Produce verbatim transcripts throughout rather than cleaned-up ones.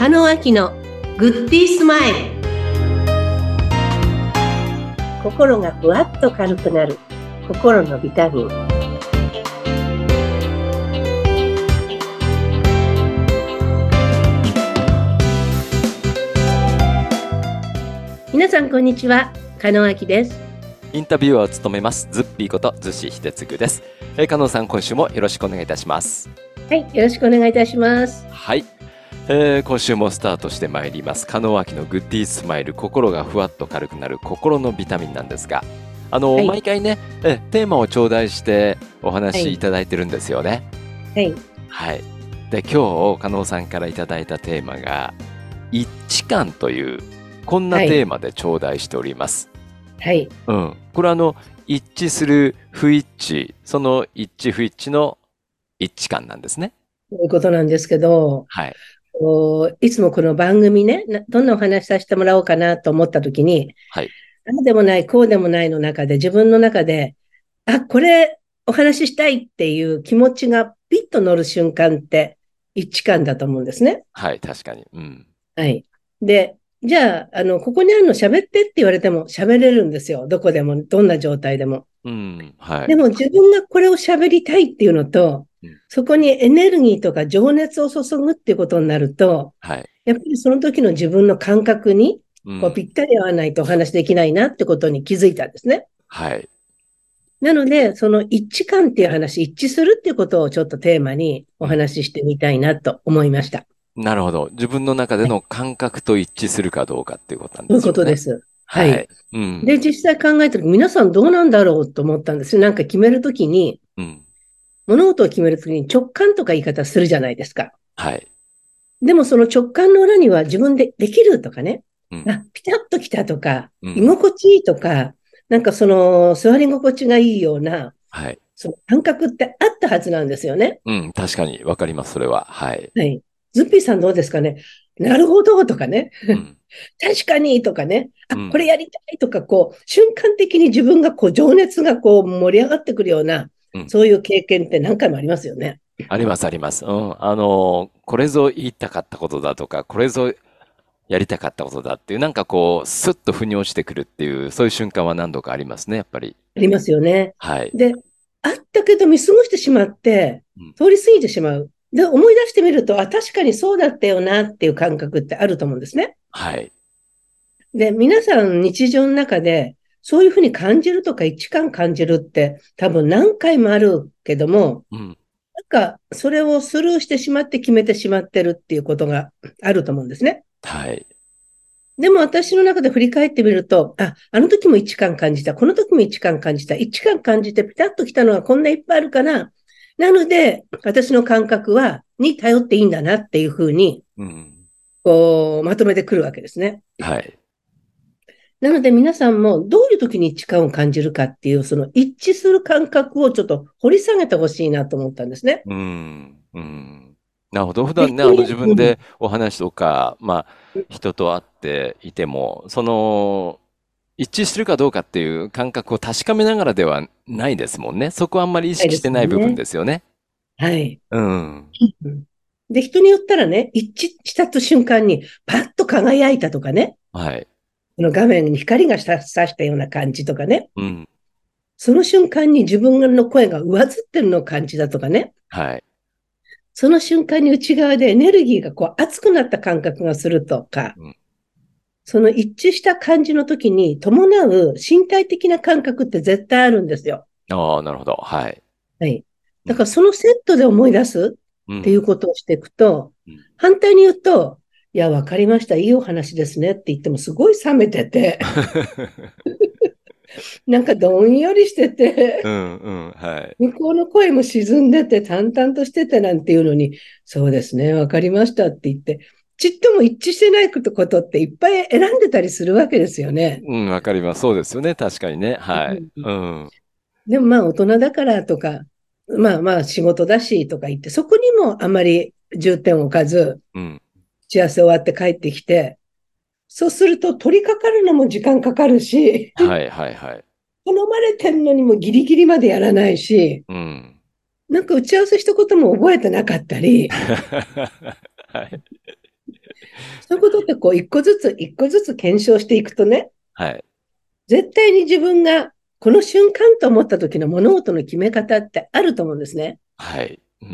中野明のグッディースマイル。心がふわっと軽くなる心のビタミン。皆さんこんにちは、加納明です。 インタビュアーを務めますズッピーこと逗子秀嗣です。えー、加納さん、今週もよろしくお願いいたします。 はい、よろしくお願いいたします。 はい、えー、今週もスタートしてまいります加納明のグッディースマイル、心がふわっと軽くなる心のビタミンなんですが、あの、はい、毎回ねえテーマを頂戴してお話しいただいてるんですよね。 はい、 はい、で今日加納さんからいただいたテーマが一致感というこんなテーマで頂戴しております。 はい、 うん、これはあの一致する不一致、その一致不一致の一致感なんですね。 そういうことなんですけど、 はい、 いつもこの番組ね、どんなお話させてもらおうかなと思ったときに、 はい、 ああでもない、こうでもないの中で、自分の中で、あ、これお話ししたいっていう気持ちがピッと乗る瞬間って一致感だと思うんですね。 はい、確かに。うん。 はい。で、じゃあ、あの、ここにあるの喋ってって言われても喋れるんですよ。どこでも、どんな状態でも。 うん、はい。 でも自分がこれを喋りたいっていうのと、 うん、 そこにエネルギーとか情熱を注ぐっていうことになると、 はい、 やっぱりその時の自分の感覚にこうぴうん、 ったり合わないとお話できないなってことに気づいたんですね。 はい。 なので、その一致感っていう話、一致するっていうことをちょっとテーマにおうん、 話ししてみたいなと思いました。 なるほど。自分の中ではい、 の感覚と一致するかどうかっていうことなんそういうこですよね。 とです。ははい。 い。 うん、 で、実際考えた時、皆さんどうなんだろうと思ったんですよ。なんか決めるときに、 うん、 物事を決めるときに直感とか言い方するじゃないですか。 はい。 でもその直感の裏には自分でできるとかね、 うん、 あ、ピタッときたとか、居うん、 心地いいとか、なんかその座り心地がいいような、 はい。 その感覚ってあったはずなんですよね。 うん、確かにわかります、それは。はい。 はい。ズッピーさんどうですかね。なるほどとかね。 うん、 確かにとかね。あ、これうん、 やりたいとか、こう、瞬間的に自分がこう、情熱がこう、盛り上がってくるような、 うん。 そういう経験って何回もありますよね。 あります、あります。うん。あのーこれぞ言いたかったことだとか、これぞやりたかったことだっていう、なんかこう、スッと腑に落ちてくるっていう、そういう瞬間は何度かありますね、やっぱり。 ありますよね。 はい。 で、あったけど見過ごしてしまって、 うん、 通り過ぎてしまう。で、思い出してみると、あ、確かにそうだったよなっていう感覚ってあると思うんですね。 はい。 で、皆さん日常の中で、そういうふうに感じるとか一致感感じるって多分何回もあるけども、 うん。 なんかそれをスルーしてしまって決めてしまってるっていうことがあると思うんですね。 はい。 でも私の中で振り返ってみると、あ、あの時も一致感感じた、この時も一致感感じた、一致感感じてピタッときたのがこんないっぱいあるから、なので、私の感覚は、に頼っていいんだなっていうふうに、 うん。 こう、まとめてくるわけですね。 はい。 なので皆さんもどういう時に一致感を感じるかっていう、その一致する感覚をちょっと掘り下げてほしいなと思ったんですね。 うん。うん。なるほど。普で、 段ね、あの人に、うん、 自分でお話とか、まあ、人と会っていても、その、一致するかどうかっていう感覚を確かめながらではないですもんね。そこはあんまり意識してないですない部分よね。 ですよね。 はい。 うん。 うん、で、人によったらね、一致したと瞬間に、パッと輝いたとかね、 はい。 この画面に光が差したような感じとかね、 うん。 その瞬間に自分の声が上ずってるのを感じたとかね、 はい。 その瞬間に内側でエネルギーがこう熱くなった感覚がするとか、 うん。 その一致した感じの時に伴う身体的な感覚って絶対あるんですよ。 ああ、なるほど。はい。 はい。 うん。 だからそのセットで思い出すっていううん。 ことをしていくと、 うん。 反対に言うと、いや、わかりました。いいお話ですねって言ってもすごい冷めてて、なんかどんよりしてて、 うん、うん、はい。 向こうの声も沈んでて、淡々としててなんていうのに、そうですね、わかりましたって言って、ちっとも一致してないことっていっぱい選んでたりするわけですよね。 うん、わかります。そうですよね。確かにね。はい。 うん、 うん。 でもまあ大人だからとか、まあまあ仕事だしとか言って、そこにもあまり重点を置かず、 うん。 打ち合わせ終わって帰ってきて、そうすると取り掛かるのも時間かかるし、 はい、はい、はい。 頼まれてんのにもギリギリまでやらないし、 うん。 なんか打ち合わせしたことも覚えてなかったり、 はい。 そういうことってこう、一個ずつ、一個ずつ検証していくとね、 はい。 絶対に自分がこの瞬間と思った時の物事の決め方ってあると思うんですね。 はい。うん。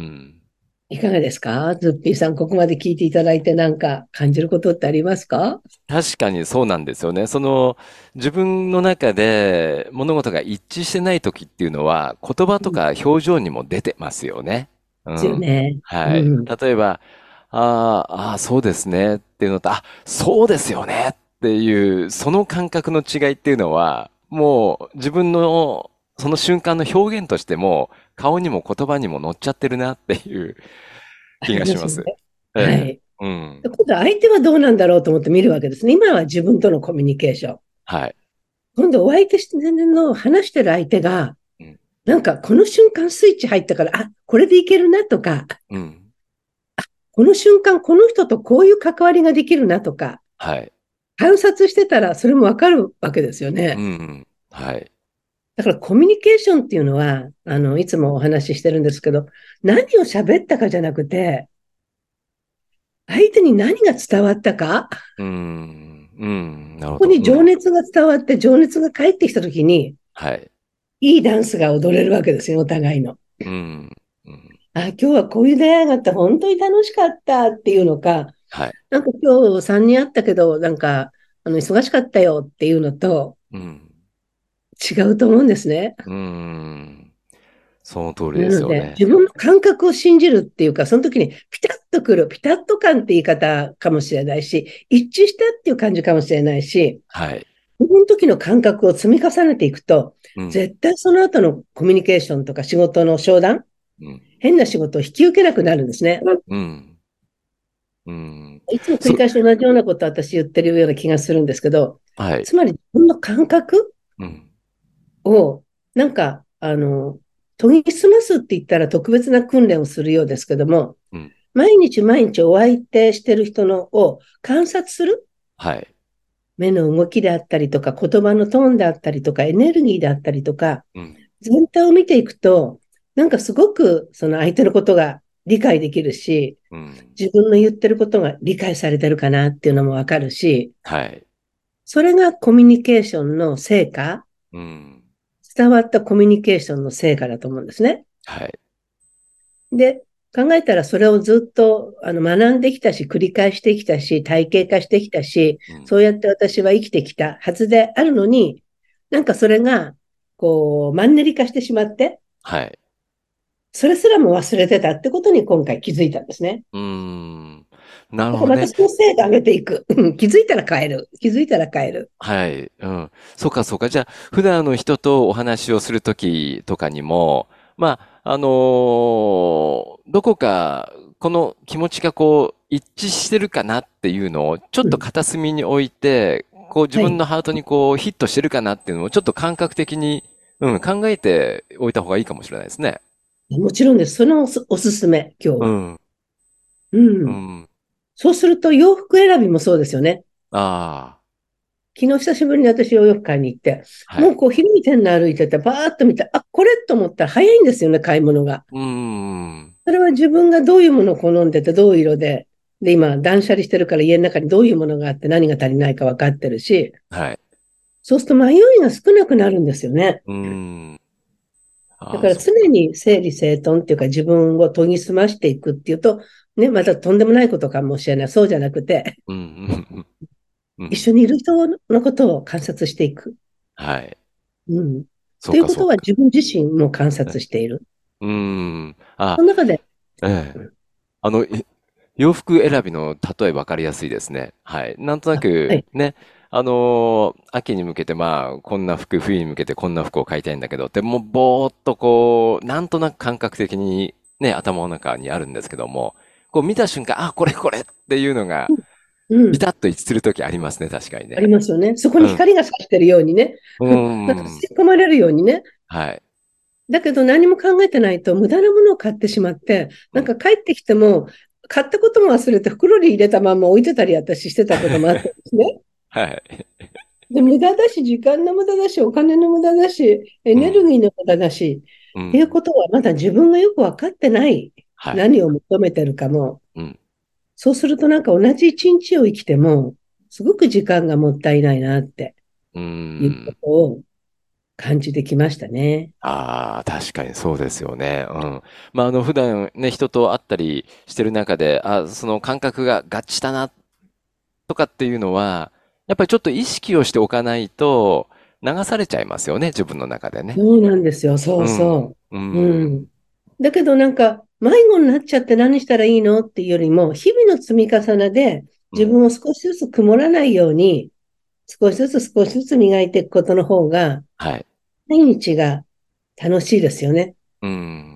いかがですかズッピーさん、ここまで聞いていただいてなんか感じることってありますか？ 確かにそうなんですよね。その、自分の中で物事が一致してない時っていうのは、言葉うんでとか表情にも出てますよね。うすよん。 ね。 はい。 うん。 例えば、あーあー、そうですねっていうのと、あ、そうですよねっていう、その感覚の違いっていうのは、もう自分のその瞬間の表現としても、顔にも言葉にも乗っちゃってるなっていう気ありがします。 ますよね。 ええ。 はい。 うん。 で今度相手はどうなんだろうと思って見るわけですね。今は自分とのコミュニケーション。 はい。 今度お相手しての話してる相手が、 うん。 なんかこの瞬間スイッチ入ったから、あ、これでいけるなとか、 うん。 この瞬間この人とこういう関わりができるなとか、 はい。 観察してたらそれもわかるわけですよね。 うん。はい。 だからコミュニケーションっていうのは、あの、いつもお話ししてるんですけど、何を喋ったかじゃなくて、相手に何が伝わったか、 うーん。うん。なるほど。 ここに情うん。 熱が伝わって、情熱が返ってきたときに、 はい。 いいダンスが踊れるわけですよ、お互いの。 うん。うん。 あ、今日はこういう出会いがあって本当に楽しかったっていうのか、 はい。 なんか今日さんにん会ったけど、なんか、あの、忙しかったよっていうのとうん。 違うと思うんですね。 うーん。その通りでなので、 すよね。 自分の感覚を信じるっていうか、その時にピタッとくる、ピタッと感って言い方かもしれないし、一致したっていう感じかもしれないし、 はい。 自分の時の感覚を積み重ねていくと、 うん。 絶対その後のコミュニケーションとか仕事の商談、 うん。 変な仕事を引き受けなくなるんですね。 うん。うん。 いつも繰りそ、 返し同じようなことを私言ってるような気がするんですけど、 はい。 つまり自分の感覚うん。 を、なんか、あの、研ぎ澄ますって言ったら特別な訓練をするようですけども、 うん。 毎日毎日お相手してる人のを観察する。 はい。 目の動きであったりとか、言葉のトーンであったりとか、エネルギーであったりとか、 うん。 全体を見ていくと、なんかすごくその相手のことが理解できるし、 うん。 自分の言ってることが理解されてるかなっていうのもわかるし、 はい。 それがコミュニケーションの成果、 うん。 伝わったコミュニケーションの成果だと思うんですね。 はい。 で、考えたらそれをずっとあの学んできたし、繰り返してきたし、体系化してきたし、 うん。 そうやって私は生きてきたはずであるのに、なんかそれが、こう、マンネリ化してしまって、 はい。 それすらも忘れてたってことに今回気づいたんですね。 うーん。なるだからまたほどね。 その精度上げていく。うん気づいたら変える。気づいたら変える。 はい。うん。そうか、そうか。じゃあ、普段の人とお話をするときとかにも、まあ、あのーどこか、この気持ちがこう、一致してるかなっていうのを、ちょっうん。 と片隅に置いて、こう、自はい。 分のハートにこう、ヒットしてるかなっていうのを、ちょっと感覚的に、うん、考えておいた方がいいかもしれないですね。 もちろんです。そのおす、おすすめ、今日は。 うん。 うん。 うん。 そうすると洋服選びもそうですよね。 あ昨日久しぶりに私お洋服買いに行って、 あ。はい。 もうこう広い店内歩いてて、バーッと見て、あ、これと思ったら早いんですよね、買い物が。 うーん。 それは自分がどういうものを好んでて、どういう色で、で、今、断捨離してるから家の中にどういうものがあって何が足りないか分かってるし、 はい。 そうすると迷いが少なくなるんですよね。 うーん。ああ、 だからそっか。 常に整理整頓っていうか自分を研ぎ澄ましていくっていうと、ね、またとんでもないことかもしれない。そうじゃなくて、 うん、うん、うん。うん。 一緒にいる人のことを観察していく。 はい。 うん。 そうか、 ということはそうか。 自分自身も観察している。 うーん。あ、 その中で、 ええ。あの、い洋服選びの例え分かりやすいですね。はい。なんとなあ、はく、 い。 ね、あのー秋に向けて、まあ、こんな服、冬に向けてこんな服を買いたいんだけどって、もう、ぼーっとこう、なんとなく感覚的にね、頭の中にあるんですけども、こう見た瞬間、あ、これこれっていうのが、 うん。 ビタッと一致するときありますね、確かにありね。 ますよね。そこうん。 に光が差してるようにね。 うーなんかん。 吸い込まれるようにね。 はい。 だけど何も考えてないと無駄なものを買ってしまって、 うん。 なんか帰ってきても、買ったことも忘れて袋に入れたまま置いてたり私してたこともあったんですね。 はい。 で、無駄だし、時間の無駄だし、お金の無駄だし、エうん。 ネルギーの無駄だし、っていううん。 ことはまだ自分がよく分かってない。 はい。 何を求めてるかも。 うん。 そうするとなんか同じ一日を生きても、すごく時間がもったいないなってうーいうこん。 とを感じてきましたね。 ああ、確かにそうですよね。うん。まあ、あの、普段ね、人と会ったりしてる中で、あ、その感覚が合致したなとかっていうのは、やっぱりちょっと意識をしておかないと、流されちゃいますよね、自分の中でね。 そうなんですよ。そうん。 うそうう。うん。 ん。だけどなんか、迷子になっちゃって何したらいいのっていうよりも、日々の積み重ねでうん。 自分を少しずつ曇らないように、少しずつ少しずつ磨いていくことの方が、 はい。 毎日が楽しいですよね。 うん。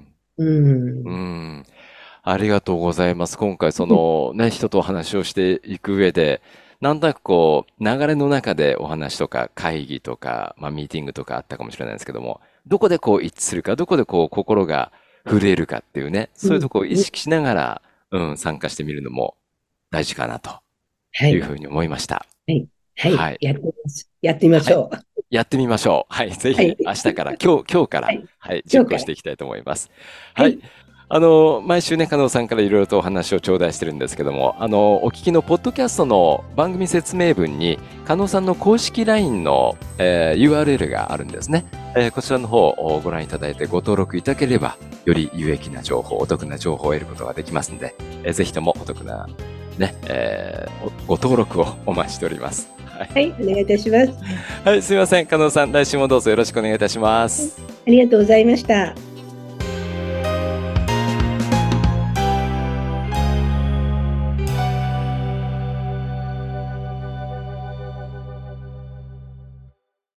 ううん。 ん。ありがとうございます。今回そのね、人とお話をしていく上で、なんとなくこう、流れの中でお話とか会議とか、まあミーティングとかあったかもしれないですけども、どこでこう一致するか、どこでこう心が震えるかっていうね、 うん。 そういうとこを意うん。 識しながら、うん、参加してみるのも大事かなとはい。 いうふうに思いました。 はい。はい。 はい。 やってみます。やってみまはい。 しょう。 やってみましょう。はい。ぜはい。 ひ明日から、今日、今日から、 はい。 はい、実今日から。 行していきたいと思います。はい。 はい。 あの、毎週ね、加納さんからいろいろとお話を頂戴してるんですけども、あの、お聞きのポッドキャストの番組説明文に、加納さんの公式 ライン の、えー ユーアールエル があるんですね。えーこちらの方をご覧いただいてご登録いただければ、より有益な情報、お得な情報を得ることができますので、えーぜひともお得な、ね、えーご登録をお待ちしております。はい。 はい。お願いいたします。 はい、すみません。加納さん、来週もどうぞよろしくお願いいたします。 ありがとうございました。